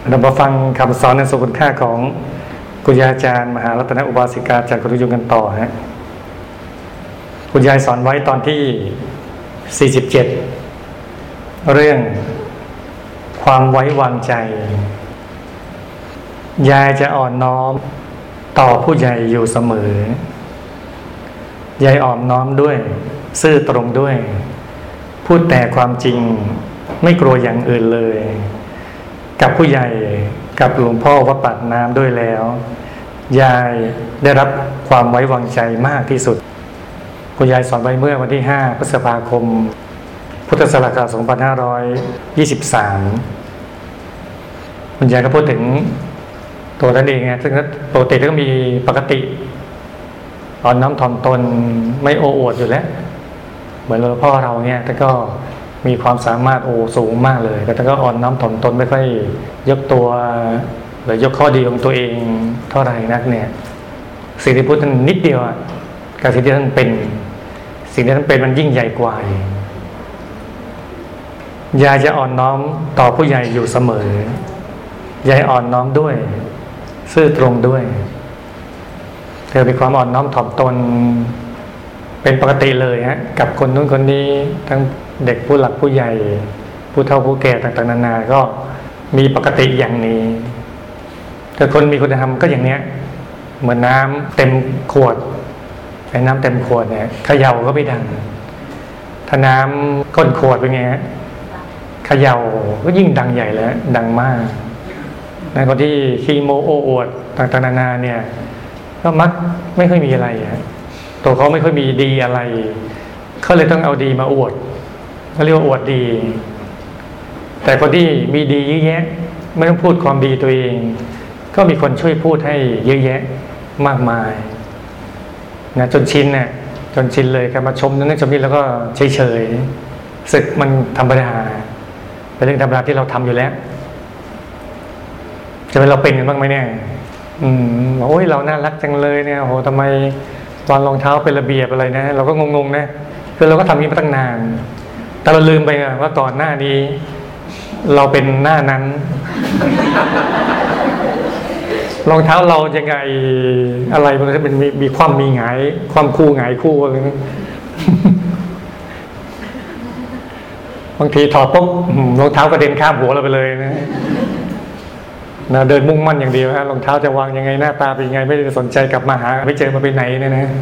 เรามาฟังคำสอนในสุขุนค่าของคุณยายอาจารย์มหารัตนอุบาสิกาจากกุฎยุงกันต่อฮะคุณยายสอนไว้ตอนที่47เรื่องความไว้วางใจยายจะอ่อนน้อมต่อผู้ใหญ่อยู่เสมอยายอ่อนน้อมด้วยซื่อตรงด้วยพูดแต่ความจริงไม่กลัวอย่างอื่นเลยกับผู้ใหญ่กับหลวงพ่อวัดปากน้ำด้วยแล้วยายได้รับความไว้วางใจมากที่สุดคุณยายสอนไว้เมื่อวันที่5 พฤษภาคมพุทธศักราช2523คุณยายก็พูดถึงตัวท่านเองไงซึ่งปกติก็มีปกติอ่อนน้อมถ่อมตนไม่โอ้อวดอยู่แล้วเหมือนหลวงพ่อเราเนี่ยแต่ก็มีความสามารถสูงมากเลยแต่ก็อ่อนน้อมถ่อมตนไม่ค่อยยกตัวหรือยกข้อดีของตัวเองเท่าไหร่นักเนี่ยสิ่งที่พูดท่านนิดเดียวกับสิ่งที่ท่านเป็นสิ่งที่ท่านเป็นมันยิ่งใหญ่กว่ายายจะอ่อนน้อมต่อผู้ใหญ่อยู่เสมอยายอ่อนน้อมด้วยซื่อตรงด้วยเธอมีความอ่อนน้อมถ่อมตนเป็นปกติเลยฮะกับคนนู้นคนนี้ทั้งเด็กผู้หลักผู้ใหญ่ผู้เฒ่าผู้แก่ต่างๆนานาก็มีปกติอย่างนี้แต่คนมีคุณธรรมก็อย่างเนี้ยเหมือนน้ำเต็มขวดไอ้น้ำเต็มขวดเนี่ยเขย่าก็ไม่ดังถ้าน้ำก้นขวดเป็นไงฮะเขย่าก็ยิ่งดังใหญ่แล้วดังมากในคนที่ขี้โมโอ้อวดต่างๆนานาเนี่ยก็มักไม่ค่อยมีอะไรตัวเขาไม่ค่อยมีดีอะไรเขาเลยต้องเอาดีมาอวดเขาเรียกว่าอวดดีแต่คนที่มีดีเยอะแยะไม่ต้องพูดความดีตัวเองก็มีคนช่วยพูดให้เยอะแยะมากมายนะจนชินเนี่ยจนชินเลยครับมาชมนั่นชมนี่แล้วก็เฉยๆศึกมันธรรมดาเป็นเรื่องธรรมดาที่เราทำอยู่แล้วจะเป็นเราเป็นกันบ้างไหมเนี่ยโอ้ยเราน่ารักจังเลยเนี่ยโหทำไมวางรองเท้าเป็นระเบียบอะไรนะเราก็งงๆนะคือเราก็ทำนี้มาตั้งนานแต่เราลืมไปว่าก่อนหน้านี้เราเป็นหน้านั้นรองเท้าเรายังไงอะไรมันจะเป็นมีความมีหงายความคู่หงายคู่อะไรนะบางทีถอดปุ๊บรองเท้ากระเด็นข้ามหัวเราไปเลยนะเดินมุ่งมั่นอย่างเดียวฮะรองเท้าจะวางยังไงหน้าตาเป็นยังไงไม่ได้สนใจกลับมาหาไม่เจอมาไปไหนเนี่ยนะ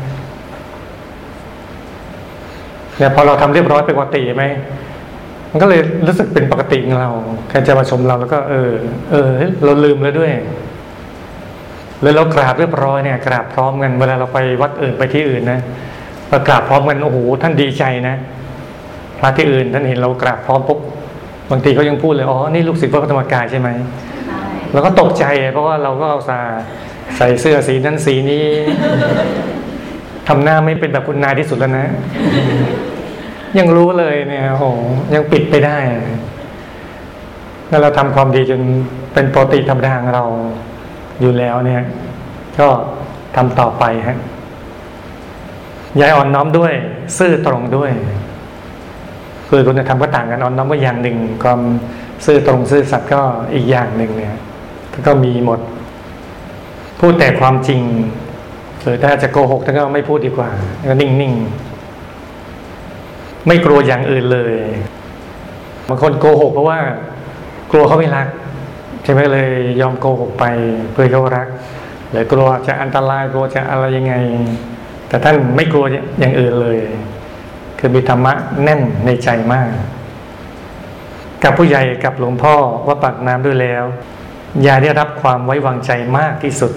เนี่ยพอเราทำเรียบร้อยเป็นปกติไหมมันก็เลยรู้สึกเป็นปกติของเราใครจะมาชมเราแล้วก็เราลืมแล้วด้วยเลยเรากราบเรียบร้อยเนี่ยกราบพร้อมกันเวลาเราไปวัดอื่นไปที่อื่นนะเรากราบพร้อมกันโอ้โหท่านดีใจนะพระที่อื่นท่านเห็นเรากราบพร้อมปุ๊บบางทีเขายังพูดเลยอ๋อนี่ลูกศิษย์วัดพระธรรมกายใช่ไหมเราก็ตกใจเพราะว่าเราก็เอาใส่เสื้อสีนั้นสีนี้ทำหน้าไม่เป็นแบบคุณนายที่สุดแล้วนะยังรู้เลยเนี่ยโอ้ยังปิดไปได้แล้วเราทำความดีจนเป็นปกติธรรมดาของเราอยู่แล้วเนี่ยก็ทำต่อไปฮะยายอ่อนน้อมด้วยซื่อตรงด้วยคือคุณธรรมก็ต่างกันอ่อนน้อมก็อย่างหนึ่งความซื่อตรงซื่อสัตย์ก็อีกอย่างหนึ่งเนี่ยก็มีหมดพูดแต่ความจริงหรือถ้าจะโกหกท่านก็ไม่พูดดีกว่าก็นิ่งๆไม่กลัวอย่างอื่นเลยบางคนโกหกเพราะว่ากลัวเขาไม่รักใช่ไหมเลยยอมโกหกไปเพื่อเขารักหรือกลัวจะอันตรายกลัวจะอะไรยังไงแต่ท่านไม่กลัวอย่างอื่นเลยคือมีธรรมะแน่นในใจมากกับผู้ใหญ่กับหลวงพ่อวัดปากน้ำด้วยแล้วยายได้รับความไว้วางใจมากที่สุด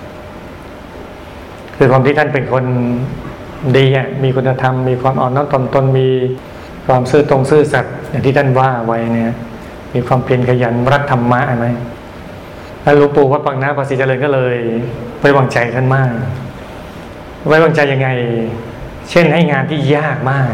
คือความที่ท่านเป็นคนดีมีคุณธรรมมีความอ่อนน้อมถ่อมตนมีความซื่อตรงซื่อสัตย์อย่างที่ท่านว่าไว้เนี่ยมีความเพียรขยันรักธรรมะอะไรแล้วหลวงปู่วัดปากน้ำภาษีเจริญก็เลยไว้วางใจท่านมากไว้วางใจยังไงเช่นให้งานที่ยากมาก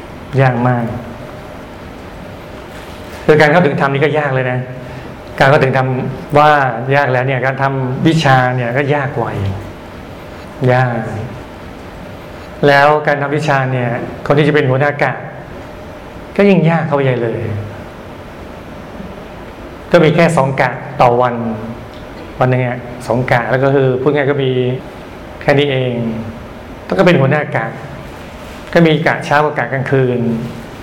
คือการเข้าถึงธรรมนี่ก็ยากเลยนะการเข้าถึงธรรมว่ายากแล้วเนี่ยการทำวิชาเนี่ยก็ยากกว่ายากแล้วการทำวิชาเนี่ยคนที่จะเป็นหัวหน้ากะก็ยิ่งยากเข้าไปใหญ่เลยก็มีแค่2 กะต่อวันนึง2 กะแล้วก็คือพูดง่ายก็มีแค่นี้เองต้องก็เป็นหัวหน้ากะก็มีกะเช้ากับกะกลางคืน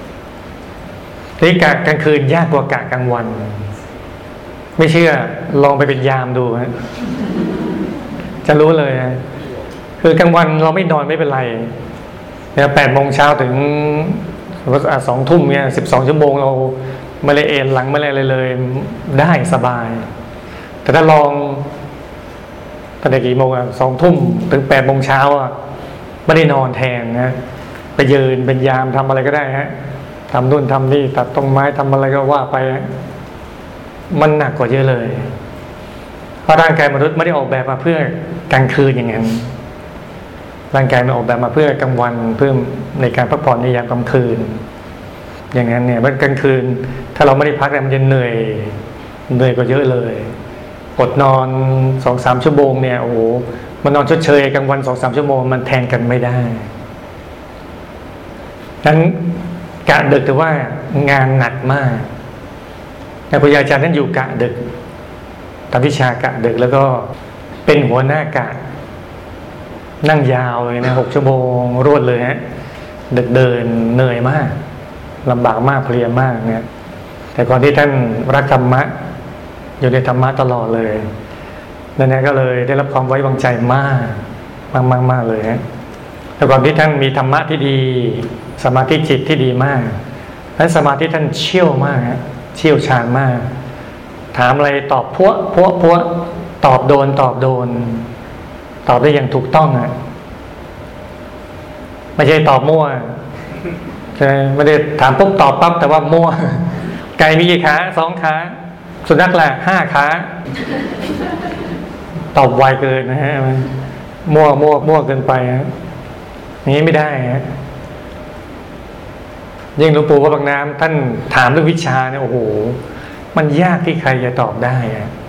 ที่กะกลางคืนยากกว่ากะกลางวันไม่เชื่อลองไปเป็นยามดูฮะจะรู้เลยนะคือกลางวันเราไม่นอนไม่เป็นไรเนี่ย8 โมงเช้าถึง2 ทุ่มเนี่ย12 ชั่วโมงเราไม่ได้เอนหลังไม่ได้อะไรเลยได้สบายแต่ถ้าลองตั้งแต่กี่โมง2 ทุ่มถึง8 โมงเช้าไม่ได้นอนแทนนะไปยืนเป็นยามทำอะไรก็ได้ฮะทำนู่นทำนี่ตัดต้นไม้ทำอะไรก็ว่าไปมันหนักกว่าเยอะเลยเพราะร่างกายมนุษย์ไม่ได้ออกแบบมาเพื่อกลางคืนอย่างนั้นร่างกายมันออกแบบมาเพื่อกลางวันเพื่อในการพักผ่อนในยามกลางคืนอย่างนั้นเนี่ยเมื่อกลางคืนถ้าเราไม่ได้พักมันจะเหนื่อยกว่าเยอะเลยอดนอน 2-3 ชั่วโมงเนี่ยโอ้โหมันนอนชดเชยกลางวัน 2-3 ชั่วโมงมันแทนกันไม่ได้นั้นกะดึกถือว่างานหนักมากพระยาอาจารย์ท่านอยู่กะดึกทำวิชากะดึกแล้วก็เป็นหัวหน้ากะนั่งยาวเลยนะ6 ชั่วโมงรวดเลยฮะดึกเดินเหนื่อยมากลำบากมากเพลียมากเนี่ยแต่ก่อนที่ท่านรักธรรมะอยู่ในธรรมะตลอดเลยนั่นก็เลยได้รับความไว้วางใจมากเลยฮะแต่ก่อนที่ท่านมีธรรมะที่ดีสมาธิจิตที่ดีมากและสมาธิท่านเชี่ยวมากฮะเชี่ยวชาญมากถามอะไรตอบพัวตอบโดนตอบได้อย่างถูกต้องไม่ใช่ตอบมั่วใช่ไม่ได้ถามปุ๊บตอบปั๊บแต่ว่ามั่วไก่มีกี่ขา2 ขาสุนัขล่ะ5 ขาตอบไวเกินนะฮะมั่วเกินไปฮะอย่างนี้ไม่ได้ฮะยิ่งหลวงปู่วัดบางน้ำท่านถามเรื่องวิชาเนี่ยโอ้โหมันยากที่ใครจะตอบได้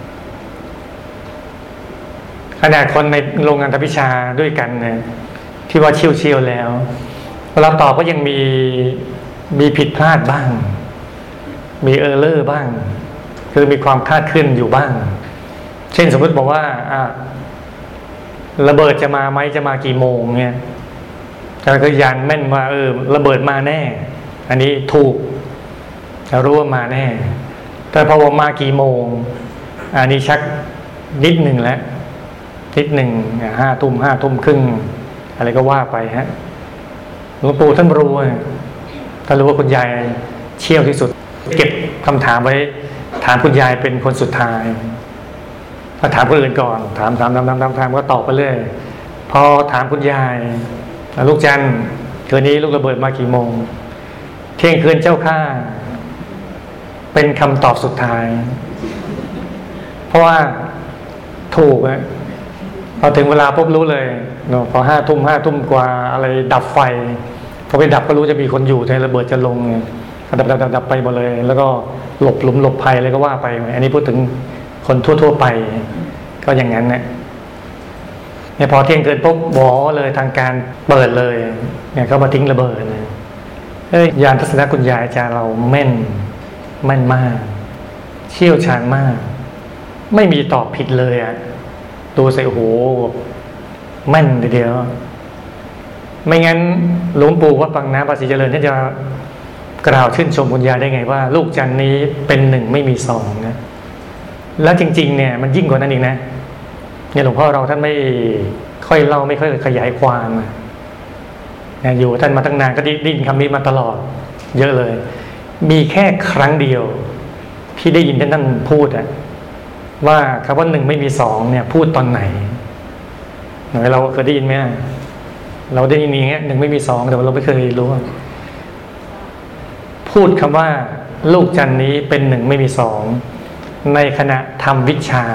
ขนาดคนในโรงงานทำวิชาด้วยกันเนี่ยที่ว่าเชี่ยวแล้วเวลาตอบก็ยังมีผิดพลาดบ้างมีเออร์เลอร์บ้างคือมีความคลาดเคลื่อนอยู่บ้างเช่นสมมติบอกว่าระเบิดจะมาไหมจะมากี่โมงเนี่ยแต่ก็ยันแม่นว่าระเบิดมาแน่อันนี้ถูกรู้ว่ามาแน่แต่พอว่ามากี่โมงอันนี้ชักนิดหนึ่งแล้วนิดหนึ่ง5 ทุ่มครึ่งอะไรก็ว่าไปฮะหลวงปู่ท่านรู้ท่านรู้ว่าคุณยายเชี่ยวที่สุดเก็บคำถามไว้ถามคุณยายเป็นคนสุดท้ายพอถามคนอื่นก่อนถามก็ตอบไปเรื่อยพอถามคุณยายลูกจันคืนนี้ลูกระเบิดมากี่โมงเที่ยงคืนเจ้าข้าเป็นคำตอบสุดท้ายเพราะว่าถูกพอถึงเวลาปุ๊บรู้เลยพอ5 ทุ่มกว่าอะไรดับไฟพอไปดับก็รู้จะมีคนอยู่แต่ระเบิดจะลงดับไปหมดเลยแล้วก็หลบหลุมหลบภัยอะไรก็ว่าไปอันนี้พูดถึงคนทั่วไปก็อย่างนั้นเนี่ยพอเที่ยงคืนปุ๊บวอเลยทางการเปิดเลยเนี่ยเขามาทิ้งระเบิดยานทัศนคุณยายอาจารย์เราแม่นมากเชี่ยวชาญมากไม่มีตอบผิดเลยดูใส่โอ้โหแม่นทีเดียวไม่งั้นหลวงปู่วัดบางน้ำภาษีเจริญท่านจะกล่าวชื่นชมคุณยายได้ไงว่าลูกจันนี้เป็น1ไม่มี2นะแล้วจริงๆเนี่ยมันยิ่งกว่านั้นอีกนะเนี่ยหลวงพ่อเราท่านไม่ค่อยเล่าไม่ค่อยขยายความอยู่ท่านมาตั้งนานก็ได้ยินคำนี้มาตลอดเยอะเลยมีแค่ครั้งเดียวที่ได้ยินท่านพูดว่าคำว่า1ไม่มี2เนี่ยพูดตอนไหนเราเคยได้ยินไหมเราได้ยินอย่างเงี้ย1ไม่มี2แต่เราไม่เคยรู้พูดคำว่าลูกจันนี้เป็น1ไม่มี2ในขณะทำวิชา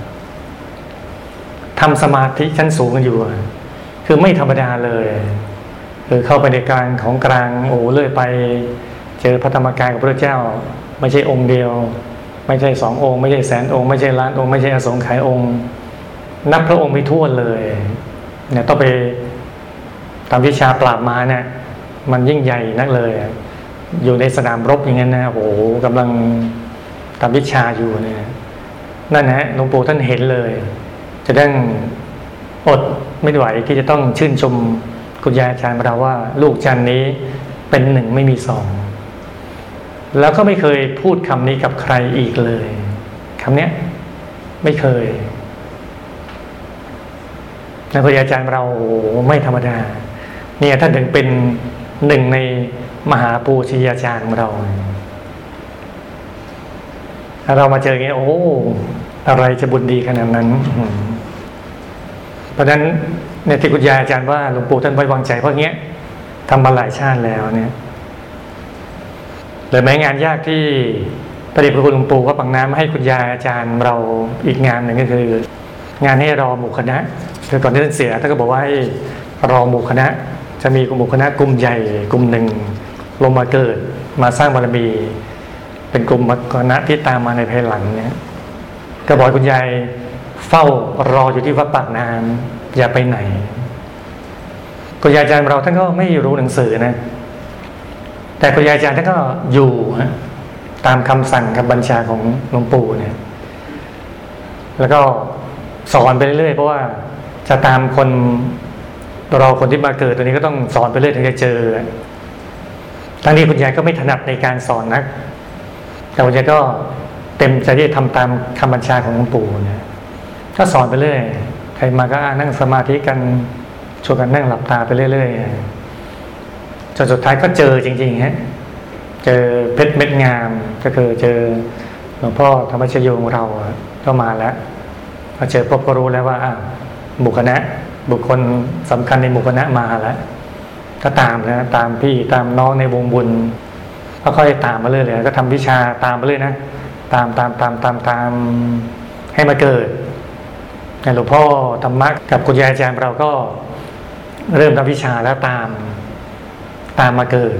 ทำสมาธิชั้นสูงกันอยู่คือไม่ธรรมดาเลยคือเข้าไปในกลางของกลางเลื่อยไปเจอพระธรรมกายกับพระเจ้าไม่ใช่องค์เดียวไม่ใช่2 องค์ไม่ใช่แสนองค์ไม่ใช่ล้านองค์ไม่ใช่อสงไขยองค์นับพระองค์ไม่ถ้วนเลยเนี่ยต้องไปทำวิชาปราบมารเนี่ยมันยิ่งใหญ่นักเลยอยู่ในสนามรบอย่างนั้นนะกำลังทำวิชาอยู่เนี่ยนั่นนะหลวงปู่ท่านเห็นเลยจะต้องอดไม่ไหวที่จะต้องชื่นชมคุณยายอาจารย์เราว่าลูกจันนี้เป็นหนึ่งไม่มีสองแล้วก็ไม่เคยพูดคำนี้กับใครอีกเลยคำนี้ไม่เคยนะคุณยายอาจารย์เราไม่ธรรมดาเนี่ยท่านถึงเป็นหนึ่งในมหาปูชนียาจารย์ของเราถ้าเรามาเจออย่างนี้โอ้อะไรจะบุญดีขนาดนั้นเพราะฉะนั้นในที่คุณยายอาจารย์ว่าหลวงปู่ท่านไว้วางใจเพราะเงี้ยทำมาหลายชาติแล้วเนี่ยหรือแม้งานยากที่พระเดชพระคุณหลวงปู่ก็ปังน้ำให้คุณยายอาจารย์เราอีกงานหนึ่งก็คืองานให้รอหมู่คณะคือก่อนที่ท่านเสียท่านก็บอกว่าให้รอหมู่คณะจะมีหมู่คณะกลุ่มใหญ่กลุ่มหนึ่งลงมาเกิดมาสร้างบารมีเป็นกลุ่มคณะที่ตามมาในภายหลังเนี่ยก็บอกคุณยายเฝ้ารออยู่ที่วัดปากน้ำอย่าไปไหนคุณยายอาจารย์เราท่านก็ไม่รู้หนังสือนะแต่คุณยายอาจารย์ท่านก็อยู่ตามคำสั่งคำบัญชาของหลวงปู่เนี่ยแล้วก็สอนไปเรื่อยๆเพราะว่าจะตามคนรอคนที่มาเกิดตัวนี้ก็ต้องสอนไปเรื่อยถึงจะเจอทั้งนี้คุณยายก็ไม่ถนัดในการสอนนักแต่คุณยายก็เต็มใจที่จะทำตามคำบัญชาของหลวงปู่เนี่ยก็สอนไปเรื่อยใครมาก็นั่งสมาธิกันชวนกันนั่งหลับตาไปเรื่อยๆจนสุดท้ายก็เจอจริงๆฮะเจอเพชรเม็ดงามก็คือเจอหลวงพ่อธรรมชโยของเราก็มาแล้วพอเจอพบก็รู้แล้วว่าบุคคณะบุคคลสำคัญในหมู่คณะมาแล้วก็ตามนะตามพี่ตามน้องในวงบุญก็ค่อยตามมาเรื่อยๆก็ทำวิชาตามมาเรื่อยนะตามให้มาเกิดหลวงพ่อธรรมะกับคุณยายอาจารย์เราก็เริ่มทำวิชาแล้วตามมาเกิด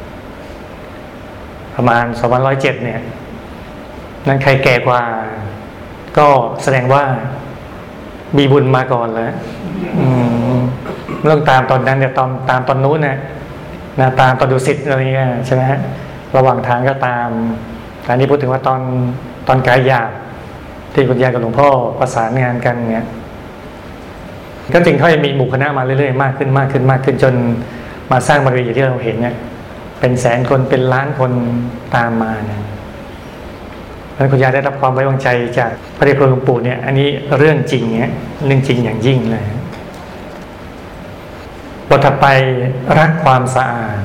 ประมาณ2107เนี่ยนั้นใครแก่กว่าก็แสดงว่ามีบุญมาก่อนแล้วไม่ต้องตามตอนนั้นเนี่ยตามตอนนู้นนะตามตอนดุสิตอะไรเงี้ยใช่ไหมฮะระหว่างทางก็ตามอันนี้พูดถึงว่าตอนกายหยาบที่คุณยายกับหลวงพ่อประสานงานกันเนี่ยก็จึงค่อยมีหมู่คณะมาเรื่อยๆมากขึ้นจนมาสร้างบารมีอย่างที่เราเห็นเนี่ยเป็นแสนคนเป็นล้านคนตามมาเนี่ยแล้วคุณยายได้รับความไว้วางใจจากพระเดชพระคุณหลวงปู่เนี่ยอันนี้เรื่องจริงเนี่ยเรื่องจริงอย่างยิ่งเลยบทถัดไปรักความสะอาด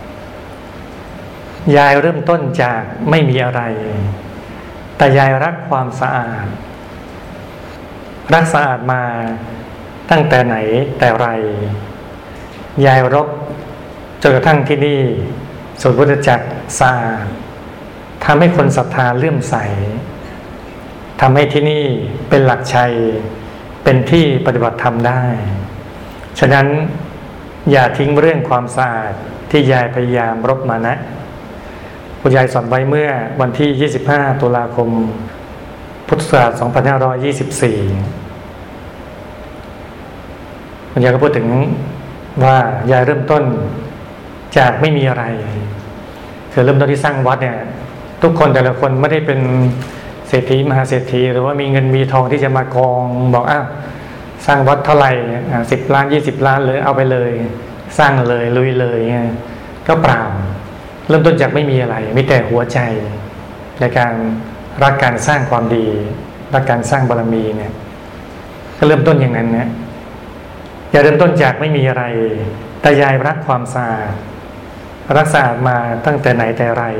ยายเริ่มต้นจากไม่มีอะไรแต่ยายรักความสะอาดรักสะอาดมาตั้งแต่ไหนแต่ไรยายรบจนกระทั่งที่นี่ส่วนพุทธจักรสะอาดทำให้คนศรัทธาเลื่อมใสทำให้ที่นี่เป็นหลักชัยเป็นที่ปฏิบัติธรรมได้ฉะนั้นอย่าทิ้งเรื่องความสะอาดที่ยายพยายามรบมานะคุณยายสอนไว้เมื่อวันที่25ตุลาคมพุทธศักราช2524คุณยายก็พูดถึงว่ายายเริ่มต้นจากไม่มีอะไรคือเริ่มต้นที่สร้างวัดเนี่ยทุกคนแต่ละคนไม่ได้เป็นเศรษฐีมหาเศรษฐีหรือว่ามีเงินมีทองที่จะมากองบอกสร้างวัดเท่าไหร่10 ล้าน20 ล้านเลยเอาไปเลยสร้างเลยลุยเลยก็เปล่าเริ่มต้นจากไม่มีอะไรมีแต่หัวใจในการรักการสร้างความดีรักการสร้างบารมีเนี่ยก็เริ่มต้นอย่างนั้นนะอย่าเริ่มต้นจากไม่มีอะไรแต่ยายรักความสะอาดรักษามาตั้งแต่ไหนแต่ไร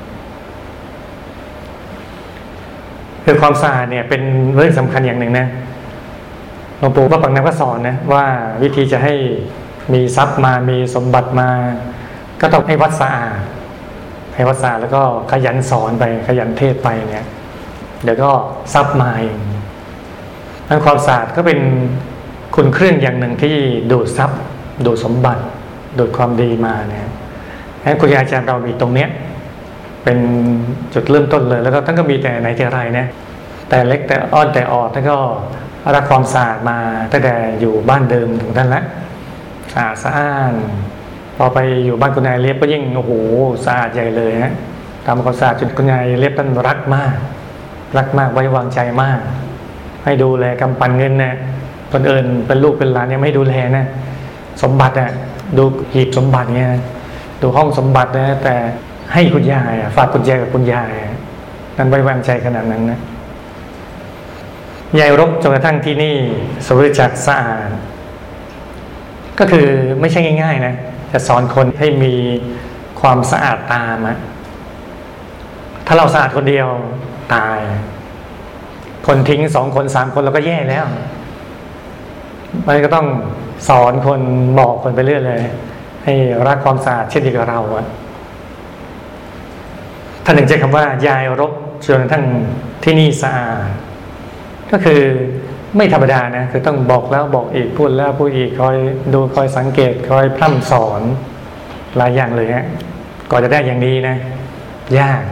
คือความสะอาดเนี่ยเป็นเรื่องสำคัญอย่างหนึ่งนะหลวงปู่พระปังน้ำก็สอนนะว่าวิธีจะให้มีทรัพย์มามีสมบัติมาก็ต้องให้วัดสะอาดให้วัดสะอาดแล้วก็ขยันสอนไปขยันเทศไปเนี่ยเดี๋ยวก็ทรัพย์มาเองทั้งความสะอาดก็เป็นคุณเครื่องอย่างหนึ่งที่ดูดทรัพย์ดูดสมบัติดูดความดีมาเนี่ยงั้นคุณอาจารย์เรามีตรงเนี้ยเป็นจุดเริ่มต้นเลยแล้วก็ท่านก็มีแต่ไหนแต่ไรนะแต่เล็กแต่อ้อนแต่ออดท่านก็รักความสะอาดมาตั้งแต่อยู่บ้านเดิมของท่านละสะอาดพอไปอยู่บ้านคุณนายเลียบก็ยิ่งโอ้โหสะอาดใหญ่เลยนะทำความสะอาดจนคุณยายเรียบท่านรักมากไว้วางใจมากให้ดูแลกำปั้นเงินเนี่ยคนอื่นเป็นลูกเป็นหลานยังไม่ดูแลนะสมบัติดูหีบสมบัติเนี่ยดูห้องสมบัตินะแต่ให้คุณยายฝากกุญแจกับคุณยายนั้นไว้วางใจขนาดนั้นนะยายรบจนกระทั่งที่นี่สวริจักรสะอาดก็คือไม่ใช่ง่ายๆนะจะสอนคนให้มีความสะอาดตามถ้าเราสะอาดคนเดียวตายคนทิ้ง2 คน3 คนเราก็แย่แล้วมันก็ต้องสอนคนบอกคนไปเรื่อยเลยให้รักความสะอาดเช่นเดียวกับเราท่านหนึ่งใช้คำว่ายายรบจนกระทั่งที่นี่สะอาดก็คือไม่ธรรมดานะคือต้องบอกแล้วบอกอีกพูดแล้วพูดอีกคอยดูคอยสังเกตคอยพร่ำสอนหลายอย่างเลยฮะก่อนจะได้อย่างนี้นะยาก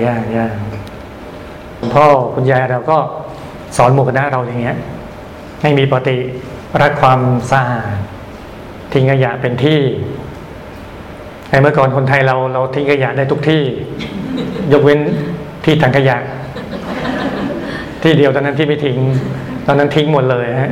พ่อคุณยายเราก็สอนหมู่คณะเราอย่างเงี้ยให้มีปกติรักความสะอาดทิ้งขยะเป็นที่เมื่อก่อนคนไทยเราทิ้งขยะได้ทุกที่ยกเว้นที่ถังขยะที่เดียวตอนนั้นที่ไม่ทิ้งตอนนั้นทิ้งหมดเลยฮะ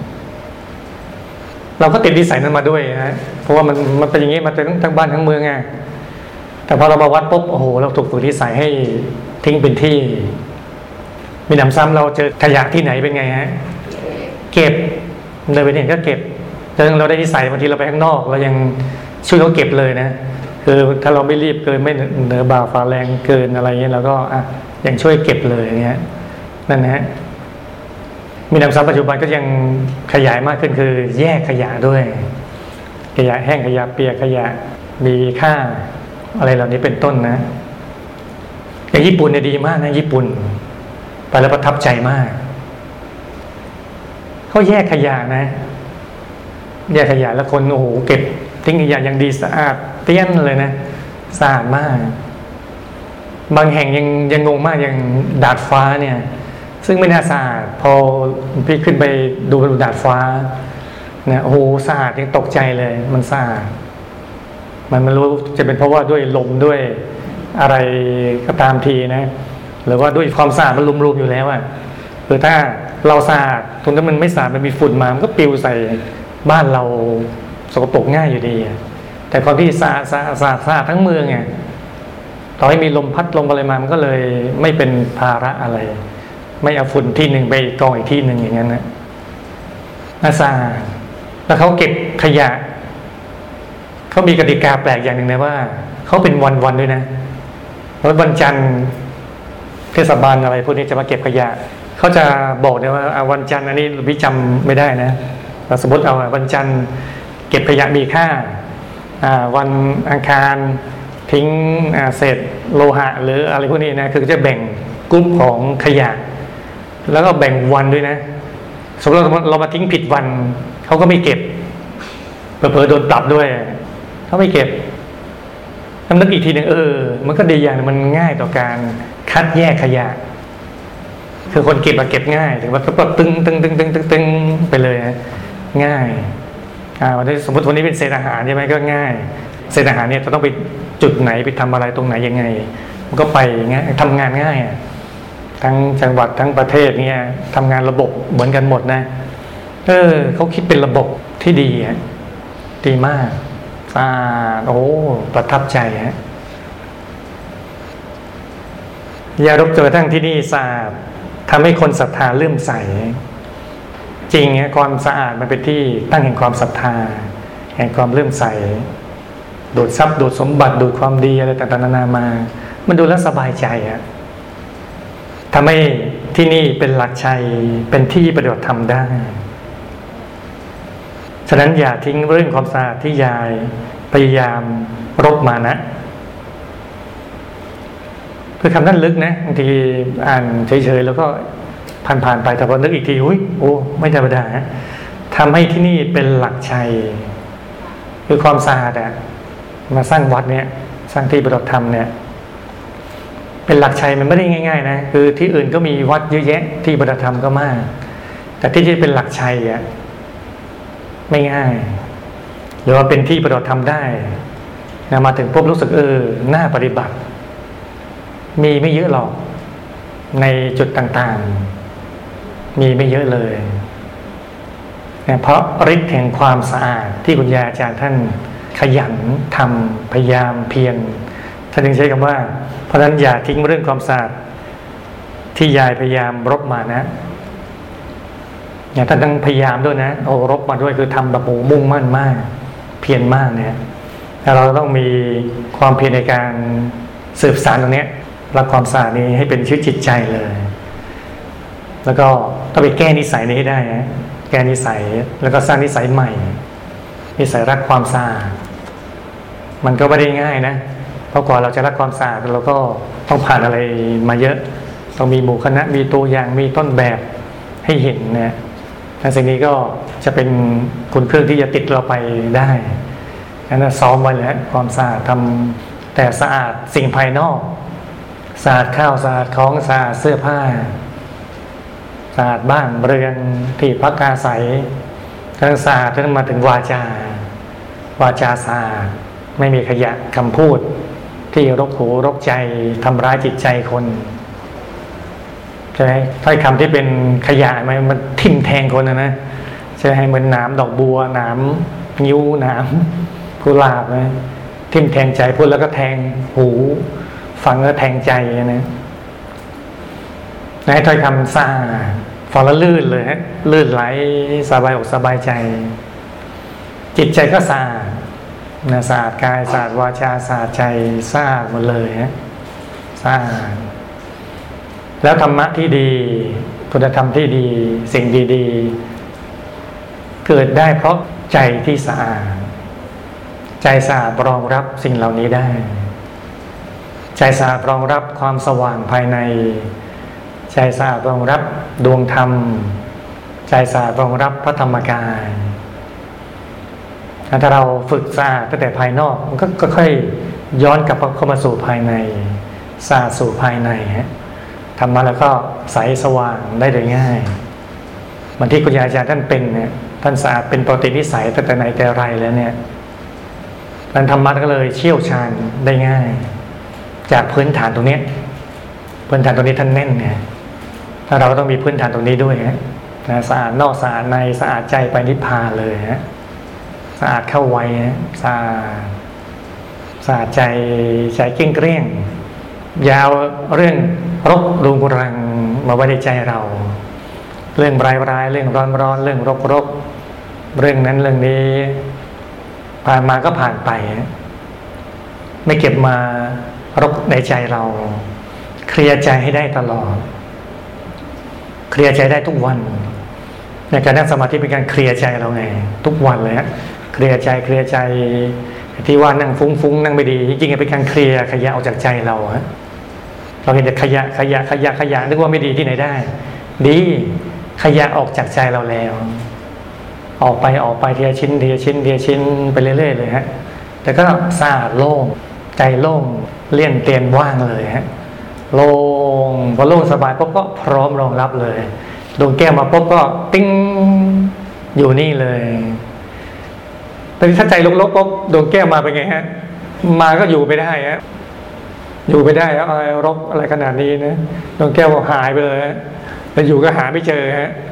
เราก็ติดนิสัยนั้นมาด้วยฮะเพราะว่ามันเป็นอย่างนี้มาทั้งบ้านทั้งเมืองไงแต่พอเรามาวัดปุ๊บโอ้โหเราถูกฝึกนิสัยให้ทิ้งเป็นที่มีหนำซ้ำเราเจอขยะที่ไหนเป็นไงฮะเก็บเดินไปเห็นก็เก็บจนเราได้นิสัยบางทีเราไปข้างนอกเรายังช่วยเขาเก็บเลยนะคือถ้าเราไม่รีบเกินไม่เหนือบ่าฝ่าแรงเกินอะไรเงี้ยเราก็ยังช่วยเก็บเลยเงี้ยนั่นนะฮะมีหนำซ้ำปัจจุบันก็ยังขยายมากขึ้นคือแยกขยะด้วยขยะแห้งขยะเปียกขยะมีค่าอะไรเหล่านี้เป็นต้นนะอย่างญี่ปุ่นเนี่ยดีมากนะญี่ปุ่นไปแล้วประทับใจมากเขาแยกขยะนะแยกขยะแล้วคนโอ้โหเก็บทิ้งขยะอย่างดีสะอาดเตี้ยนเลยนะสะอาดมากบางแห่งยังงงมากอย่างดาดฟ้าเนี่ยซึ่งไม่น่าสะอาดพอพี่ขึ้นไปดูบนดาดฟ้าเนี่ยโอ้โหสะอาดยังตกใจเลยมันสะอาดมันไม่รู้จะเป็นเพราะว่าด้วยลมด้วยอะไรก็ตามทีนะหรือว่าด้วยความสะอาดมันลุมๆอยู่แล้วคือถ้าเราสะอาดตรงนั้นมันไม่สะอาดมันมีฝุ่นมามันก็ปลิวใส่บ้านเราสกปรกง่ายอยู่ดีแต่ความที่สะอาดทั้งเมืองไงต่อให้มีลมพัดลมอะไรมามันก็เลยไม่เป็นภาระอะไรไม่เอาฝุ่นที่หนึ่งไปกองอีกที่หนึ่งอย่างนั้นนะสะอาดแล้วเขาเก็บขยะเขามีกติกาแปลกอย่างหนึ่งนะว่าเขาเป็นวันด้วยนะวันจันทร์เทศบาลอะไรพวกนี้จะมาเก็บขยะเขาจะบอกเนี่ยว่าวันจันทร์อันนี้พี่จำไม่ได้นะสมมติเอาวันจันทร์เก็บขยะมีค่าวันอังคารทิ้งเศษโลหะหรืออะไรพวกนี้นะคือจะแบ่งกลุ่มของขยะแล้วก็แบ่งวันด้วยนะสมมติเรามาทิ้งผิดวันเขาก็ไม่เก็บเผลอๆโดนปรับด้วยเขาไม่เก็บนึกอีกทีหนึ่งมันก็ดีอย่างมันง่ายต่อการคัดแยกขยะคือคนเก็บมาเก็บง่ายถึงว่าก็ตึงไปเลยนะง่ายวันนี้สมมติวันนี้เป็นเศษอาหารใช่ไหมก็ง่ายเศษอาหารเนี่ยจะต้องไปจุดไหนไปทำอะไรตรงไหนยังไงมันก็ไปง่ายทำงานง่ายทั้งจังหวัดทั้งประเทศเนี่ยทำงานระบบเหมือนกันหมดนะเขาคิดเป็นระบบที่ดีดีมากโอ้ประทับใจยารบจนกระทั่งที่นี่สะอาดทำให้คนศรัทธาเลื่อมใสจริงความสะอาดมันเป็นที่ตั้งแห่งความศรัทธาแห่งความเลื่อมใสดูดทรัพย์ดูดสมบัติดูดความดีอะไรต่างๆนานามามันดูแล้วสบายใจทำให้ที่นี่เป็นหลักชัยเป็นที่ปฏิบัติธรรมได้ฉะนั้นอย่าทิ้งเรื่องความสะอาดที่ยายพยายามรบมานะคือคำนั้นลึกนะบางทีอ่านเฉยๆแล้วก็ผ่านไปแต่พอนึกอีกทีไม่ธรรมดาทำให้ที่นี่เป็นหลักชัยคือความสะอาดมาสร้างวัดเนี่ยสร้างที่ปฏิบัติธรรมเนี่ยเป็นหลักชัยมันไม่ได้ง่ายๆนะคือที่อื่นก็มีวัดเยอะแยะที่ปฏิบัติธรรมก็มากแต่ที่เป็นหลักชัยไม่ง่ายหรือว่าเป็นที่ปฏิบัติธรรมได้มาถึงปุ๊บรู้สึกน่าปฏิบัติมีไม่เยอะหรอกในจุดต่างๆมีไม่เยอะเลยเพราะฤทธิ์แห่งความสะอาดที่คุณยายอาจารย์ท่านขยันทำพยายามเพียรท่านจึงใช้คำว่าเพราะฉะนั้นอย่าทิ้งเรื่องความสะอาดที่ยายพยายามรบมานะท่านต้องพยายามด้วยนะรบมาด้วยคือทำแบบมุ่งมั่นมากเพียรมากเนี่ยเราต้องมีความเพียรในการสืบสานตรงนี้รักความสะอาดนี้ให้เป็นชีวิตจิตใจเลยแล้วก็ต้องไปแก้นิสัยนี้ให้ได้นะแก้นิสัยแล้วก็สร้างนิสัยใหม่นิสัยรักความสะอาดมันก็ไม่ได้ง่ายนะเพราะกว่าเราจะรักความสะอาดเราก็ต้องผ่านอะไรมาเยอะต้องมีหมู่คณะมีตัวอย่างมีต้นแบบให้เห็นนะแต่สิ่งนี้ก็จะเป็นคุณเครื่องที่จะติดเราไปได้นั้นซ้อมไว้เลยความสะอาดทำแต่สะอาดสิ่งภายนอกสะอาดข้าวสะอาดของสะอาดเสื้อผ้าสะอาดบ้านเรือนที่พักอาศัยทั้งสะอาดทั้งมาถึงวาจาสะอาดไม่มีขยะคำพูดที่รบหูรบใจทำร้ายจิตใจคนใช่ไหมถ้อยคำที่เป็นขยะมันทิ่มแทงคนนะใช่ไหมเหมือนหนามดอกบัวหนามนิ้วหนามกุหลาบนะทิ่มแทงใจพูดแล้วก็แทงหูฟังแล้วแทงใจนะให้ถ้อยคำสะอาดฟังแล้วลื่นเลยฮะลื่นไหลสบายอกสบายใจจิตใจก็สะอาดนะสะอาดกายสะอาดวาจาสะอาดใจสะอาดหมดเลยฮะสะอาดแล้วธรรมะที่ดีคุณธรรมที่ดีสิ่งดีๆเกิดได้เพราะใจที่สะอาดใจสะอาดรองรับสิ่งเหล่านี้ได้ใจสะอาดรองรับความสว่างภายในใจสะอาดรองรับดวงธรรมใจสะอาดรองรับพระธรรมกายถ้าเราฝึกสะอาดตั้งแต่ภายนอกมันก็ค่อยย้อนกลับเข้ามาสู่ภายในสะอาดสู่ภายในทำมาแล้วก็ใสสว่างได้โดยง่ายเหมือนที่คุณยายอาจารย์ท่านเป็นเนี่ยท่านสะอาดเป็นปกตินิสัยตั้งแต่ไหนแต่ไรแล้วเนี่ยท่านธรรมะก็เลยเชี่ยวชาญได้ง่ายจากพื้นฐานตรงนี้พื้นฐานตรงนี้ท่านแน่นไงถ้าเราก็ต้องมีพื้นฐานตรงนี้ด้วยนะสะอาดนอกสะอาดในสะอาดใจไปนิพพานเลยฮะสะอาดเข้าไว้สะอาดใจเกลี้ยงยาวเรื่องรกรุงรังมาไว้ในใจเราเรื่องร้ายเรื่องร้อนเรื่องรกเรื่องนั้นเรื่องนี้ผ่านมาก็ผ่านไปไม่เก็บมารกในใจเราเคลียร์ใจให้ได้ตลอดเคลียร์ใจได้ทุกวันในการนั่งสมาธิเป็นการเคลียร์ใจเราไงทุกวันเลยฮะเคลียร์ใจที่ว่านั่งฟุ้งนั่งไม่ดีจริงๆเป็นการเคลียร์ขยะออกจากใจเราฮะเราเห็นแต่ขยะนึกว่าไม่ดีที่ไหนได้ดีขยะออกจากใจเราแล้วออกไปทีละชิ้นไปเรื่อยๆเลยฮะแต่ก็สะอาดโล่งใจโล่งเลี่ยนเตียนว่างเลยฮะโล่งพอโล่งสบายปุ๊บก็พร้อมรองรับเลยดวงแก้วมาปุ๊บก็ติ้งอยู่นี่เลยแต่ถ้าใจลกๆปุ๊บดวงแก้วมาเป็นไงฮะมาก็อยู่ไปได้ฮะอยู่ไปได้อะไรรกอะไรขนาดนี้นะดวงแก้วหายไปเลยแต่อยู่ก็หาไม่เจอฮะ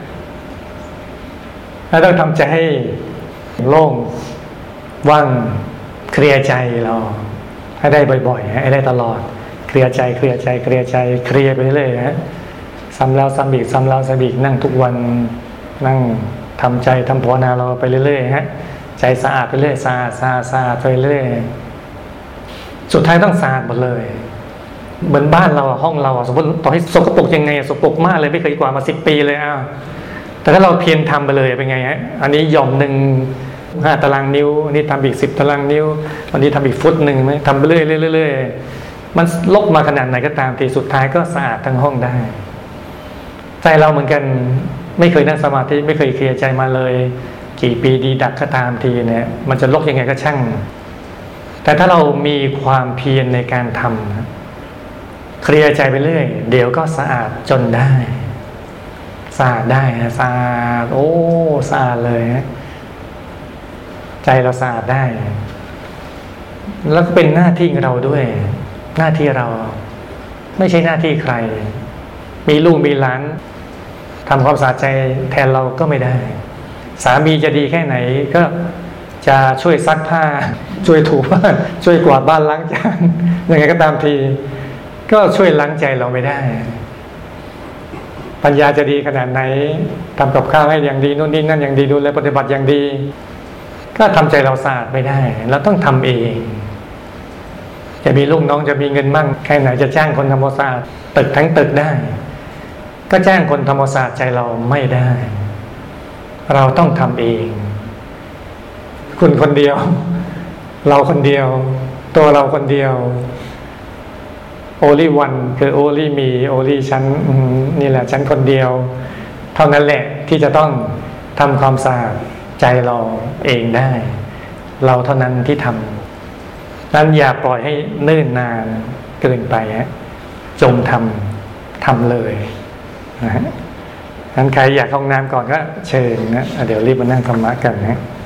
แล้วต้องทำใจให้โล่งว่างเคลียร์ใจเราให้ได้บ่อยๆให้ได้ตลอดเคลียร์ใจเคลียร์ไปเรื่อยๆฮะซ้ำแล้วซ้ำอีกนั่งทุกวันนั่งทำใจทำภาวนาเราไปเรื่อยๆฮะใจสะอาดไปเรื่อยสะอาดไปเรื่อยสุดท้ายต้องสะอาดหมดเลยเหมือนบ้านเราห้องเราสมมติต่อให้สกปรกยังไงสกปรกมากเลยไม่เคยกว่ามา10 ปีเลยแต่ถ้าเราเพียรทำไปเลยเป็นไงฮะอันนี้หย่อมหนึ่ง5 ตารางนิ้วอันนี้ทำอีก10 ตารางนิ้วอันนี้ทำอีกฟุตหนึ่งไหมทำไปเรื่อยมันลบมาขนาดไหนก็ตามทีสุดท้ายก็สะอาดทั้งห้องได้ใจเราเหมือนกันไม่เคยนั่งสมาธิไม่เคยเคลียร์ใจมาเลยกี่ปีดีดักก็ตามทีเนี่ยมันจะลกยังไงก็ช่างแต่ถ้าเรามีความเพียรในการทำเคลียร์ใจไปเรื่อยเดี๋ยวก็สะอาดจนได้สะอาดได้นะสะอาดสะอาดเลยฮะใจเราสะอาดได้แล้วก็เป็นหน้าที่ของเราด้วยหน้าที่เราไม่ใช่หน้าที่ใครมีลูกมีหลานทำความสะอาดใจแทนเราก็ไม่ได้สามีจะดีแค่ไหนก็จะช่วยซักผ้าช่วยถูบ้านช่วยกวาดบ้านล้างจานยังไงก็ตามทีก็ช่วยล้างใจเราไม่ได้ปัญญาจะดีขนาดไหนทำกับข้าวให้อย่างดีนู่นนี่นั่นอย่างดีดูแลปฏิบัติอย่างดีก็ทำใจเราสะอาดไม่ได้เราต้องทำเองจะมีลูกน้องจะมีเงินมั่งแค่ไหนจะจ้างคนทำความสะอาดตึกทั้งตึกได้ก็จ้างคนทำความสะอาดใจเราไม่ได้เราต้องทำเองคุณคนเดียวเราคนเดียวตัวเราคนเดียวonly one คือ only me only ฉันนี่แหละฉันคนเดียวเท่านั้นแหละที่จะต้องทำความสะอาดใจเราเองได้เราเท่านั้นที่ทำนั้นอย่าปล่อยให้เนิ่นนานเกินไปฮะจงทำเลยนะฮะงั้นใครอยากเข้าห้องน้ำก่อนก็เชิญนะเดี๋ยวรีบมานั่งธรรมะกันนะ